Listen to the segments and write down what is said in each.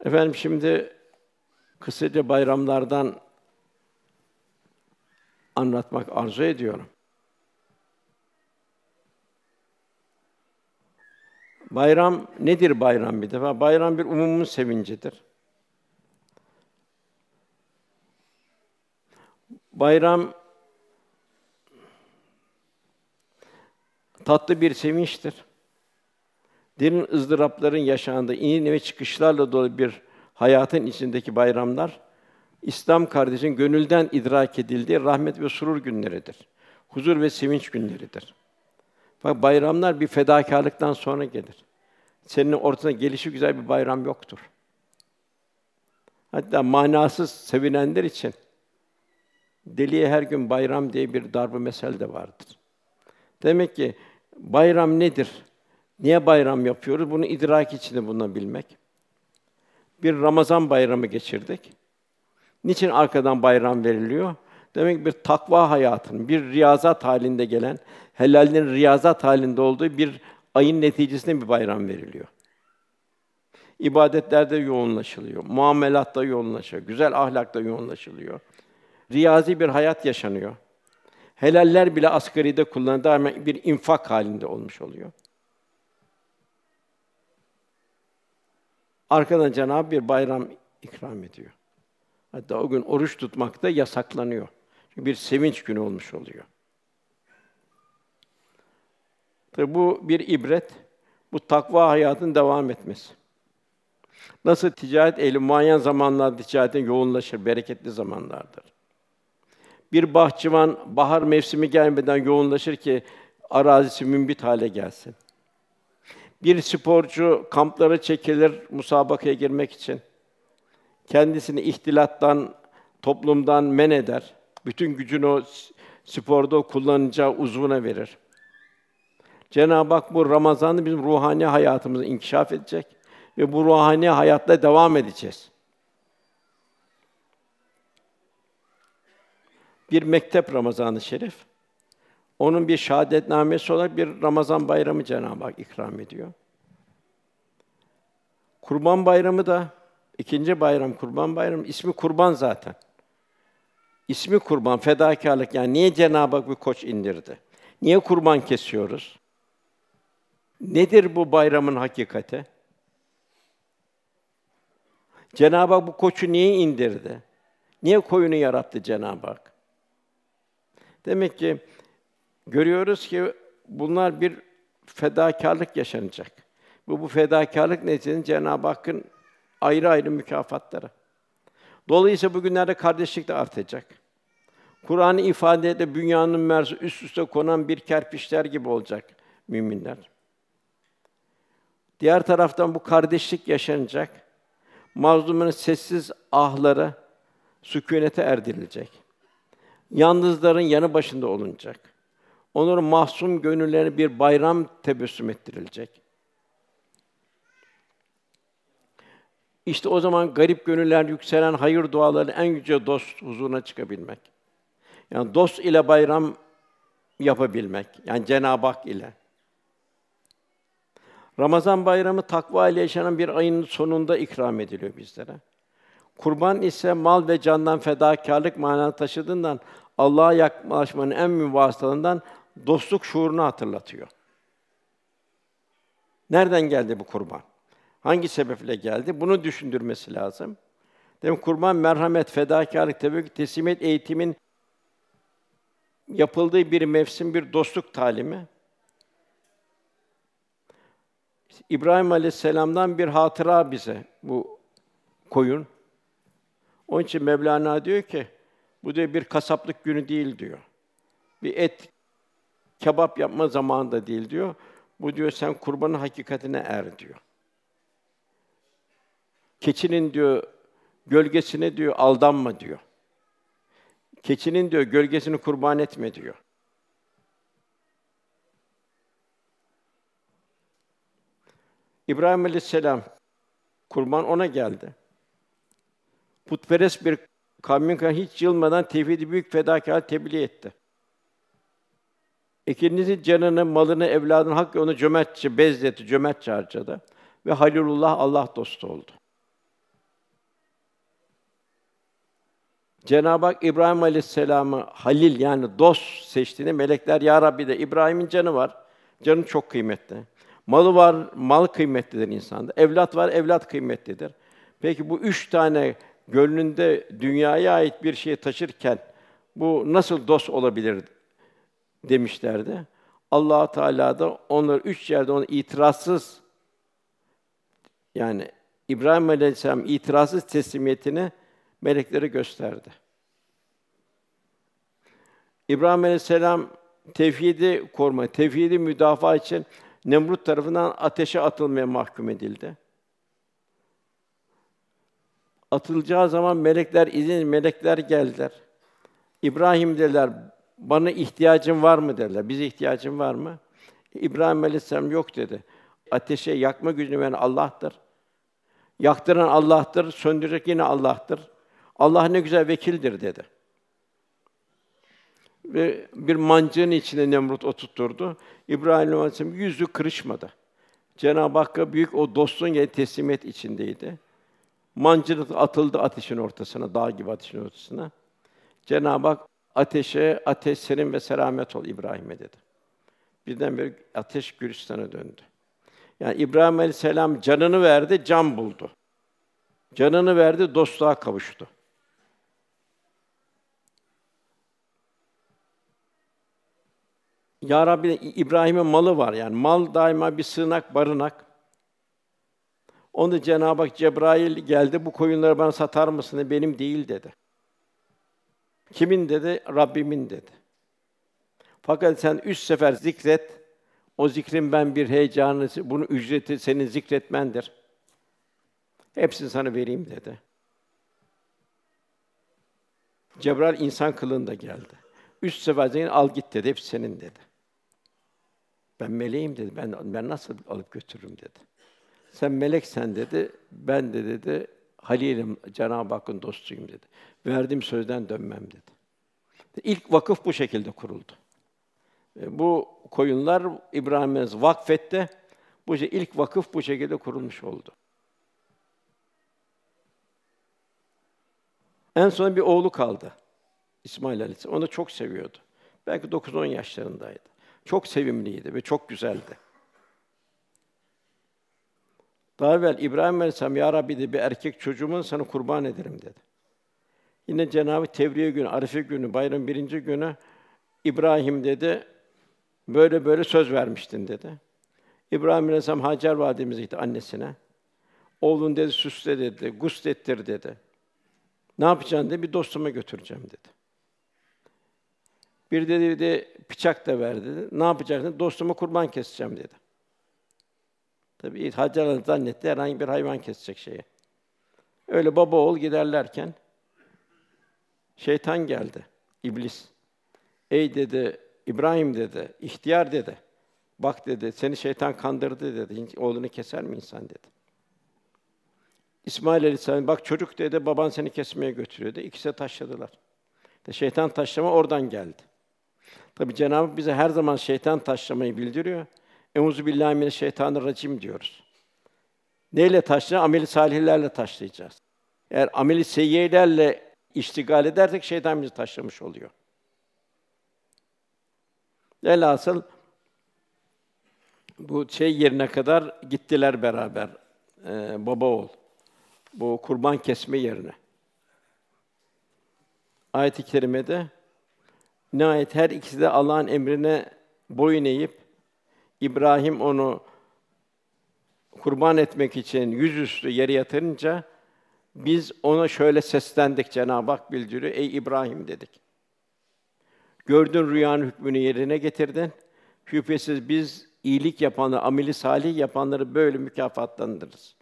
Efendim şimdi kısaca bayramlardan anlatmak arzu ediyorum. Bayram nedir bayram bir defa? Bayram bir umumun sevincidir. Bayram tatlı bir sevinçtir. Derin ızdırapların yaşandığı, iniş ve çıkışlarla dolu bir hayatın içindeki bayramlar, İslam kardeşin gönülden idrak edildiği rahmet ve surur günleridir. Huzur ve sevinç günleridir. Fakat bayramlar bir fedakârlıktan sonra gelir. Senin ortasına gelişi güzel bir bayram yoktur. Hatta manasız sevinenler için deliye her gün bayram diye bir darb-ı mesel de vardır. Demek ki bayram nedir? Niye bayram yapıyoruz? Bunu idrak içinde bulunabilmek. Bir Ramazan bayramı geçirdik. Niçin arkadan bayram veriliyor? Demek ki bir takva hayatının, bir riyazat halinde gelen, helallerin riyazat halinde olduğu bir ayın neticesinde bir bayram veriliyor. İbadetlerde yoğunlaşılıyor, muamelatta yoğunlaşılıyor, güzel ahlakta yoğunlaşılıyor. Riyazi bir hayat yaşanıyor. Helaller bile asgaride kullanılan daima bir infak halinde olmuş oluyor. Arkadan Cenab-ı bir bayram ikram ediyor. Hatta o gün oruç tutmak da yasaklanıyor. Çünkü bir sevinç günü olmuş oluyor. Tabi bu bir ibret, bu takva hayatın devam etmesi. Nasıl ticaret ehli muayyen zamanlarda ticaretin yoğunlaşır, bereketli zamanlardır. Bir bahçıvan bahar mevsimi gelmeden yoğunlaşır ki arazisi mümbit hale gelsin. Bir sporcu kamplara çekilir musabakaya girmek için. Kendisini ihtilattan, toplumdan men eder. Bütün gücünü o sporda kullanacağı uzvuna verir. Cenab-ı Hak bu Ramazan'da bizim ruhani hayatımızı inkişaf edecek ve bu ruhani hayatla devam edeceğiz. Bir mektep Ramazan-ı Şerif. Onun bir şahadetnamesi olarak bir Ramazan bayramı Cenab-ı Hak ikram ediyor. Kurban Bayramı da ikinci bayram Kurban Bayramı. İsmi kurban zaten. İsmi kurban, fedakârlık. Yani niye Cenab-ı Hak bir koç indirdi? Niye kurban kesiyoruz? Nedir bu bayramın hakikati? Cenab-ı Hak bu koçu niye indirdi? Niye koyunu yarattı Cenab-ı Hak? Demek ki görüyoruz ki bunlar bir fedakârlık yaşanacak. Bu fedakârlık neticesinde Cenab-ı Hakk'ın ayrı ayrı mükafatları. Dolayısıyla bugünlerde kardeşlik de artacak. Kur'an-ı ifadeyle dünyanın mersi üst üste konan bir kerpiçler gibi olacak müminler. Diğer taraftan bu kardeşlik yaşanacak. Mazlumun sessiz ahları sükûnete erdirilecek. Yalnızların yanı başında olunacak. Onların mahzun gönüllerine bir bayram tebessüm ettirilecek. İşte o zaman garip gönüller yükselen hayır duaları en yüce dost huzuruna çıkabilmek. Yani dost ile bayram yapabilmek. Yani Cenab-ı Hak ile. Ramazan bayramı takva ile yaşanan bir ayın sonunda ikram ediliyor bizlere. Kurban ise mal ve candan fedakârlık manası taşıdığından Allah'a yaklaşmanın en mühim vasıtalarından dostluk şuurunu hatırlatıyor. Nereden geldi bu kurban? Hangi sebeple geldi? Bunu düşündürmesi lazım. Demek kurban merhamet, fedakârlık, tevekkül, teslimiyet eğitimin yapıldığı bir mevsim, bir dostluk talimi. İbrahim Aleyhisselam'dan bir hatıra bize bu koyun. Onun için Mevlana diyor ki, bu diyor bir kasaplık günü değil diyor. Bir et, kebap yapma zamanı da değil diyor. Bu diyor sen kurbanın hakikatine er diyor. Keçinin diyor gölgesine diyor aldanma diyor. Keçinin diyor gölgesini kurban etme diyor. İbrahim Aleyhisselam kurban ona geldi. Putperest bir kavmin hiç yılmadan tevhid-i büyük fedakârlık tebliğ etti. İkinizin canını, malını, evladını hak onu cömertçe bezletti, cömertçe harcadı ve Halilullah Allah dostu oldu. Cenab-ı Hak İbrahim Aleyhisselam'ı halil yani dost seçtiğinde melekler ya Rabbi de İbrahim'in canı var. Canı çok kıymetli. Malı var, mal kıymetlidir insanda. Evlat var, evlat kıymetlidir. Peki bu üç tane gönlünde dünyaya ait bir şeyi taşırken bu nasıl dost olabilir demişlerdi. Allah Teala da onları üç yerde onu itirazsız yani İbrahim Aleyhisselam itirazsız teslimiyetini meleklere gösterdi. İbrahim Aleyhisselam tevhidi koruma, tevhidi müdafaa için Nemrut tarafından ateşe atılmaya mahkum edildi. Atılacağı zaman melekler geldiler. İbrahim dediler, bana ihtiyacın var mı dediler. Bize ihtiyacın var mı? İbrahim Aleyhisselam yok dedi. Ateşe yakma gücünü veren Allah'tır. Yaktıran Allah'tır, söndürecek yine Allah'tır. Allah ne güzel vekildir dedi. Ve bir mancığın içine Nemrut oturtturdu. İbrahim Aleyhisselam yüzü kırışmadı. Cenab-ı Hakk'a büyük o dostluğun teslimiyet içindeydi. Mancınık atıldı ateşin ortasına, dağ gibi ateşin ortasına. Cenab-ı Hak ateş serin ve selamet ol İbrahim'e dedi. Birdenbire ateş Gülistan'a döndü. Yani İbrahim Aleyhisselam canını verdi, can buldu. Canını verdi, dostluğa kavuştu. Ya Rabbi İbrahim'in malı var yani mal daima bir sığınak, barınak. Onu Cenab-ı Hak Cebrail geldi, bu koyunları bana satar mısın? Benim değil dedi. Kimin dedi? Rabbimin dedi. Fakat sen 3 sefer zikret, o zikrin ben bir heyecanı, bunun ücreti senin zikretmendir. Hepsini sana vereyim dedi. Cebrail insan kılığında geldi. 3 sefer zikret, al git dedi, hepsi senin dedi. Ben meleğim dedi, ben nasıl alıp götürürüm dedi. Sen meleksen dedi, ben de dedi, Halilim, Cenab-ı Hakk'ın dostuyum dedi. Verdiğim sözden dönmem dedi. İlk vakıf bu şekilde kuruldu. Bu koyunlar İbrahim'e vakfetti. İlk vakıf bu şekilde kurulmuş oldu. En son bir oğlu kaldı. İsmail Aleyhisselam. Onu çok seviyordu. Belki 9-10 yaşlarındaydı. Çok sevimliydi ve çok güzeldi. Daha evvel İbrahim Aleyhisselam, Ya Rabbi dedi, bir erkek çocuğumu sana kurban ederim dedi. Yine Cenab-ı Tevriye günü, Arife günü, bayramın 1. günü İbrahim dedi, böyle söz vermiştin dedi. İbrahim Aleyhisselam Hacer validemize gitti annesine. Oğlun dedi süsle dedi, guslettir dedi. Ne yapacaksın dedi, bir dostuma götüreceğim dedi. Bir dedi bıçak da ver dedi. Ne yapacaksın? Dostuma kurban keseceğim dedi. Tabii Hacer Hanım zannetti herhangi bir hayvan kesecek şeyi. Öyle baba oğul giderlerken şeytan geldi, iblis. Ey dedi, İbrahim dedi, ihtiyar dedi. Bak dedi, seni şeytan kandırdı dedi. Hiç oğlunu keser mi insan dedi. İsmail Aleyhisselam, bak çocuk dedi, baban seni kesmeye götürüyordu. İkisi de taşladılar. Şeytan taşlama oradan geldi. Tabii Cenab-ı Hak bize her zaman şeytan taşlamayı bildiriyor. Euzubillahimineşşeytanirracim diyoruz. Neyle taşlayacağız? Amel-i salihlerle taşlayacağız. Eğer amel-i seyyiyelerle iştigal edersek şeytan bizi taşlamış oluyor. Velhasıl bu yerine kadar gittiler beraber baba oğul. Bu kurban kesme yerine. Ayet-i kerimede nihayet her ikisi de Allah'ın emrine boyun eğip İbrahim onu kurban etmek için yüzüstü yere yatırınca biz ona şöyle seslendik, Cenab-ı Hak bildiriyor. Ey İbrahim dedik. Gördün rüyanın hükmünü yerine getirdin. Şüphesiz biz iyilik yapanları, ameli salih yapanları böyle mükafatlandırırız.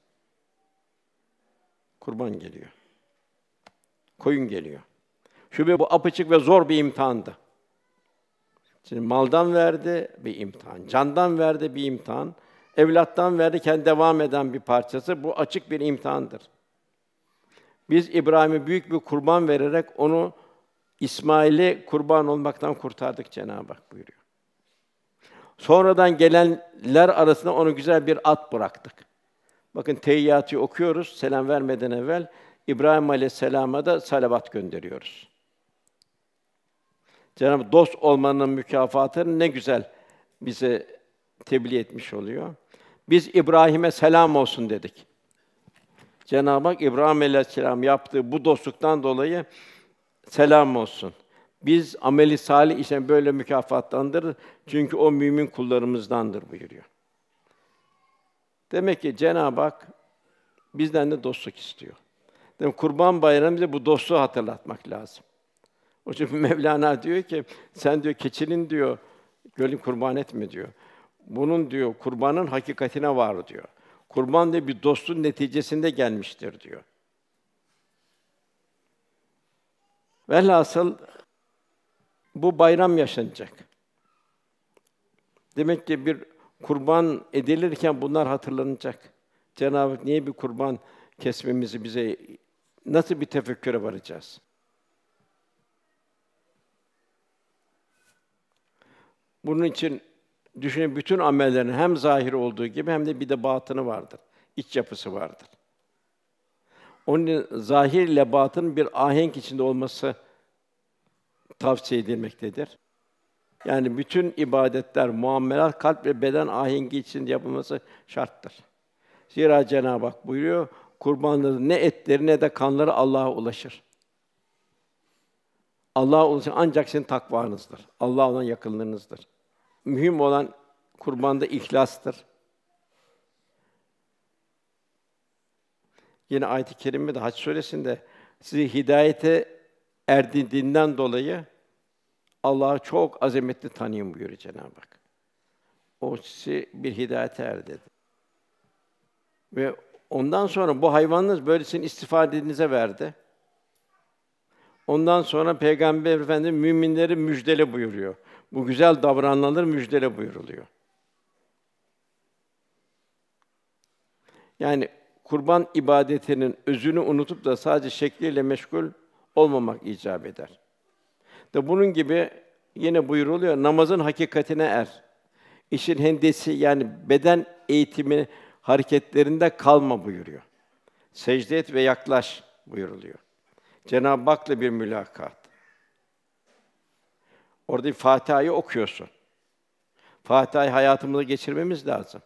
Kurban geliyor. Koyun geliyor. Şüphe bu apaçık ve zor bir imtihandı. Şimdi maldan verdi bir imtihan, candan verdi bir imtihan, evlattan verdi kendi devam eden bir parçası. Bu açık bir imtihandır. Biz İbrahim'e büyük bir kurban vererek onu İsmail'i kurban olmaktan kurtardık Cenab-ı Hak buyuruyor. Sonradan gelenler arasında onu güzel bir at bıraktık. Bakın Teyyât'ı okuyoruz selam vermeden evvel. İbrahim Aleyhisselam'a da salavat gönderiyoruz. Cenab-ı dost olmanın mükafatını ne güzel bize tebliğ etmiş oluyor. Biz İbrahim'e selam olsun dedik. Cenab-ı Hak İbrahim Aleyhisselam yaptığı bu dostluktan dolayı selam olsun. Biz ameli salih işe böyle mükafatlandırır. Çünkü o mümin kullarımızdandır buyuruyor. Demek ki Cenab-ı Hak bizden de dostluk istiyor. Demek Kurban Bayramı bize bu dostluğu hatırlatmak lazım. O için Mevlana diyor ki, sen diyor keçinin diyor gölü kurban etme diyor. Bunun diyor kurbanın hakikatine var diyor. Kurban diye bir dostluğun neticesinde gelmiştir diyor. Velhasıl bu bayram yaşanacak. Demek ki bir kurban edilirken bunlar hatırlanacak. Cenab-ı Hak niye bir kurban kesmemizi bize nasıl bir tefekküre varacağız? Bunun için düşünün bütün amellerin hem zahir olduğu gibi hem de bir de batını vardır. İç yapısı vardır. Onun zahir ile batın bir ahenk içinde olması tavsiye edilmektedir. Yani bütün ibadetler, muamelat kalp ve beden ahengi içinde yapılması şarttır. Zira Cenab-ı Hak buyuruyor, kurbanların ne etleri ne de kanları Allah'a ulaşır. Allah'a ulaşan ancak sizin takvanızdır. Allah'a olan yakınlığınızdır. Mühim olan kurbanda ihlastır. Yine ayet-i kerimede Hac suresinde sizi hidayete erdirdiğinden dolayı Allah'ı çok azametli tanıyın buyuruyor Cenab-ı Hak. O sizi bir hidayete erdirdi. Ve ondan sonra bu hayvanınız böylesini istifadenize verdi. Ondan sonra Peygamber Efendimiz müminleri müjdele buyuruyor. Bu güzel davrananları müjdele buyuruluyor. Yani kurban ibadetinin özünü unutup da sadece şekliyle meşgul olmamak icap eder. Bunun gibi yine buyuruluyor, namazın hakikatine er. İşin hendesi yani beden eğitimi hareketlerinde kalma buyuruyor. Secde et ve yaklaş buyuruluyor. Cenab-ı Hak'la bir mülakat. Orada bir Fatiha'yı okuyorsun. Fatiha'yı hayatımıza geçirmemiz lazım.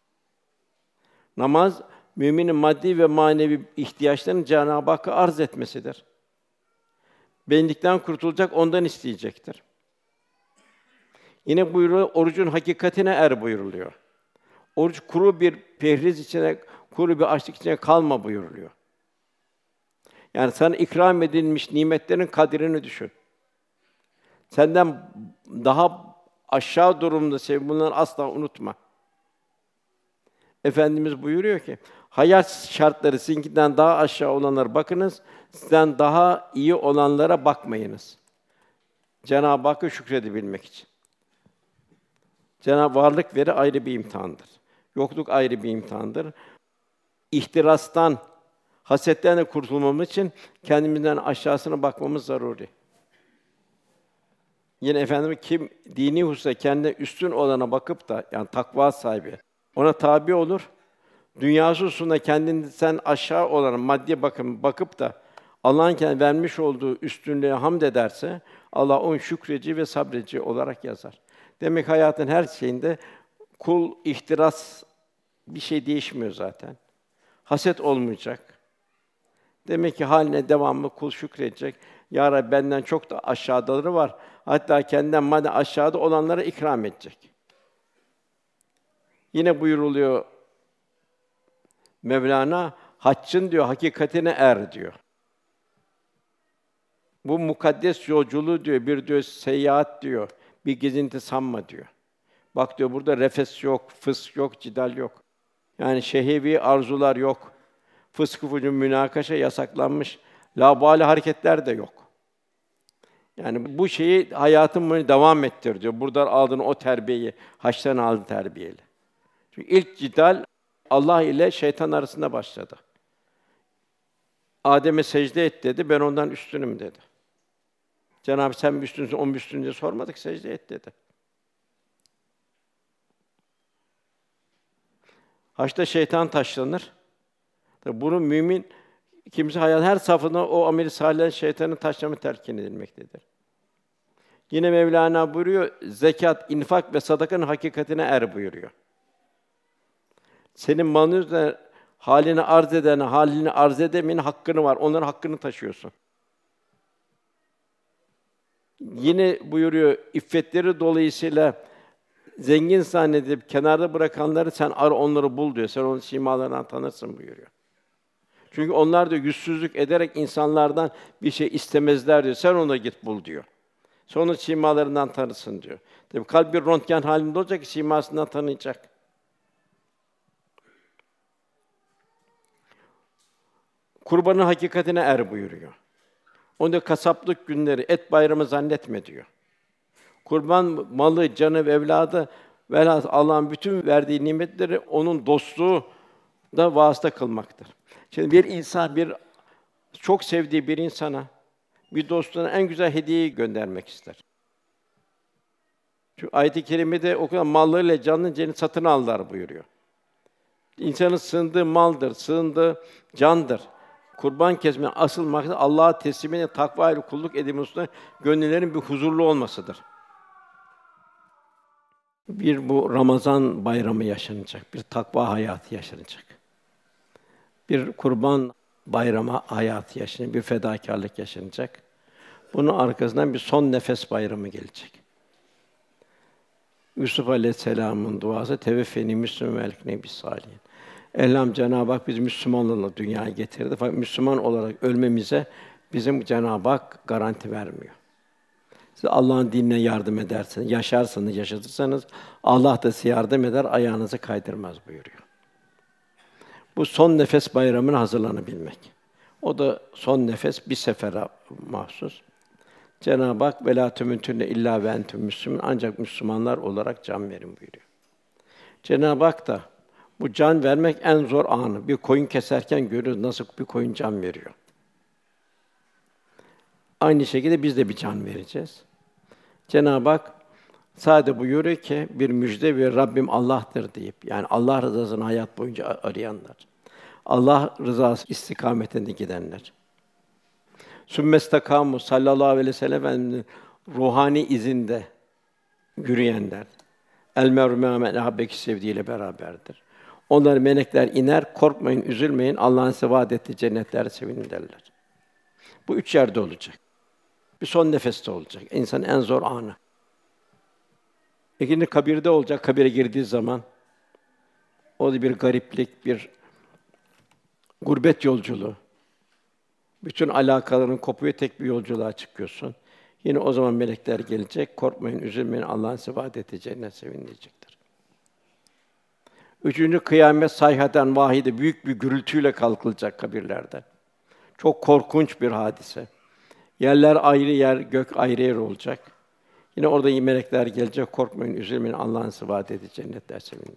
Namaz, müminin maddi ve manevi ihtiyaçlarını Cenab-ı Hakk'a arz etmesidir. Benlikten kurtulacak, ondan isteyecektir. Yine buyuruyor, orucun hakikatine er buyuruluyor. Oruç kuru bir pehriz içine, kuru bir açlık içine kalma buyuruluyor. Yani sana ikram edilmiş nimetlerin kadrini düşün. Senden daha aşağı durumda bunları asla unutma. Efendimiz buyuruyor ki, hayat şartları sizinkinden daha aşağı olanlara bakınız, sizden daha iyi olanlara bakmayınız. Cenab-ı Hakk'a şükredebilmek için. Cenab-ı varlık veri ayrı bir imtihandır. Yokluk ayrı bir imtihandır. İhtirastan, hasetten de kurtulmamız için kendimizden aşağısına bakmamız zaruri. Yine Efendimiz kim dini hususta kendine üstün olana bakıp da yani takva sahibi ona tabi olur. Dünyası hususunda kendinden aşağı olana maddi bakıp da Allah'ın kendine vermiş olduğu üstünlüğe hamd ederse Allah onun şükredici ve sabredici olarak yazar. Demek hayatın her şeyinde kul ihtiras bir şey değişmiyor zaten. Haset olmayacak. Demek ki haline devamlı kul şükredecek. Ya Rabbi benden çok da aşağıdaları var. Hatta kendinden madem aşağıda olanlara ikram edecek. Yine buyuruluyor Mevlana, haccın diyor hakikatine er diyor. Bu mukaddes yolculuğu diyor, bir diyor seyahat diyor, bir gezinti sanma diyor. Bak diyor burada refes yok, fısk yok, cidal yok. Yani şehvi arzular yok. Fıskı fucur münakaşa yasaklanmış. Laubali hareketler de yok. Yani bu şeyi hayatın boyunca devam ettir diyor. Buradan aldığın o terbiyeyi, haçtan aldığın terbiyeyle. Çünkü ilk cidal Allah ile şeytan arasında başladı. Adem'e secde et dedi, ben ondan üstünüm dedi. Cenab-ı sen mi üstünsün, o mu üstün diye sormadık, secde et dedi. Haçta şeytan taşlanır. Tabi bunu mümin Kimisi hayat her safhada o amel-i salihlerin şeytanın taşlama telkin edilmektedir. Yine Mevlana buyuruyor, zekat, infak ve sadakanın hakikatine er buyuruyor. Senin malın üzerine halini arz edene, halini arz edemeyenin hakkını var. Onların hakkını taşıyorsun. Yine buyuruyor, iffetleri dolayısıyla zengin zannedip kenarda bırakanları sen ar onları bul diyor. Sen onun simalarından tanırsın buyuruyor. Çünkü onlar da yüzsüzlük ederek insanlardan bir şey istemezler diyor. Sen ona git bul diyor. Sen onun simalarından tanırsın diyor. Tabii kalp bir röntgen halinde olacak ki simasından tanıyacak. Kurbanın hakikatine er buyuruyor. Onda kasaplık günleri, et bayramı zannetme diyor. Kurban malı, canı ve evladı velhâsıl Allah'ın bütün verdiği nimetleri onun dostluğu da vasıta kılmaktır. Şimdi bir insan çok sevdiği bir insana, bir dostuna en güzel hediyeyi göndermek ister. Çünkü ayet-i kerimede o kadar mallarıyla canını cennet satın aldılar buyuruyor. İnsanın sığındığı maldır, sığındığı candır. Kurban kesmenin asıl maksadı Allah'a teslimiyet, takva ile kulluk edilmesi hususunda gönüllerin bir huzurlu olmasıdır. Bu Ramazan bayramı yaşanacak, bir takva hayatı yaşanacak. Bir kurban bayramı hayatı yaşanacak, bir fedakârlık yaşanacak. Bunun arkasından bir son nefes bayramı gelecek. Yusuf Aleyhisselam'ın duası teveffeni Müslüman ve elhikni bis-sâlihin. Elham Cenab-ı Hak bizi Müslümanlarla dünyaya getirdi. Fakat Müslüman olarak ölmemize bizim Cenab-ı Hak garanti vermiyor. Siz Allah'ın dinine yardım ederseniz, yaşatırsanız Allah da size yardım eder, ayağınızı kaydırmaz buyuruyor. Bu son nefes bayramına hazırlanabilmek. O da son nefes bir sefere mahsus. Cenab-ı Hak velâ temûtunne illâ ve entüm müslümûn, ancak Müslümanlar olarak can verin buyuruyor. Cenab-ı Hak da bu can vermek en zor anı. Bir koyun keserken görüyoruz nasıl bir koyun can veriyor. Aynı şekilde biz de bir can vereceğiz. Cenab-ı Hak sadece buyuruyor ki bir müjde ve Rabbim Allah'tır deyip, yani Allah rızasını hayat boyunca arayanlar, Allah rızası istikametinde gidenler. Sümmestakamu sallallahu aleyhi ve sellem Efendimiz'in ruhani izinde yürüyenler. El mer'û men ahabbeki sevdiğiyle beraberdir. Onları melekler iner, korkmayın, üzülmeyin, Allah'ın size vaad ettiği cennetlerde sevinin derler. Bu üç yerde olacak. Bir son nefeste olacak. İnsanın en zor anı. İkinci kabirde olacak. Kabire girdiği zaman o da bir gariplik, bir gurbet yolculuğu. Bütün alakaların kopuyor, tek bir yolculuğa çıkıyorsun. Yine o zaman melekler gelecek. Korkmayın, üzülmeyin. Allah'ın size vaad ettiği cennet sevin diyecektir. Üçüncü kıyamet sayhaten vahide, büyük bir gürültüyle kalkılacak kabirlerden. Çok korkunç bir hadise. Yerler ayrı yer, gök ayrı yer olacak. Yine orada melekler gelecek. Korkmayın, üzülmeyin. Allah'ın size vaad ettiği cennetler sevin.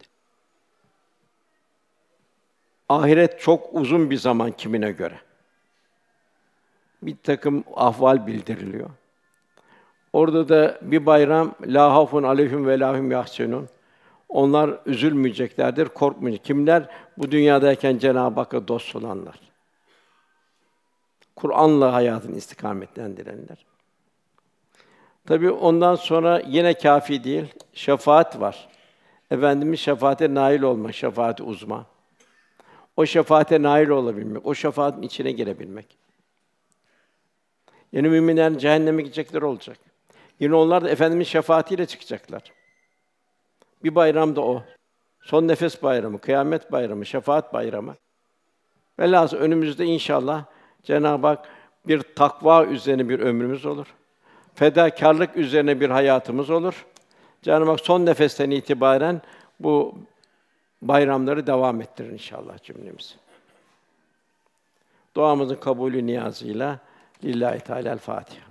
Ahiret çok uzun bir zaman kimine göre. Bir takım ahval bildiriliyor. Orada da bir bayram la hafun aleyhim ve la hum yahsenun. Onlar üzülmeyeceklerdir, korkmayacak. Kimler? Bu dünyadayken Cenab-ı Hakk'a dost olanlar. Kur'an'la hayatını istikametlendirenler. Tabii ondan sonra yine kâfi değil, şefaat var. Efendimiz şefaate nail olma, şefaat-i uzma. O şefaate nail olabilmek, o şefaatin içine girebilmek. Yine müminlerin cehenneme gidecekleri olacak. Yine onlar da Efendimiz şefaatiyle çıkacaklar. Bir bayram da o. Son nefes bayramı, kıyamet bayramı, şefaat bayramı. Velhâsıl önümüzde inşallah Cenab-ı Hak bir takva üzerine bir ömrümüz olur. Fedakârlık üzerine bir hayatımız olur. Cenab-ı Hak son nefesten itibaren bu bayramları devam ettirir inşallah cümlemizi. Duamızın kabulü niyazıyla Lillahi Teala'l Fatiha.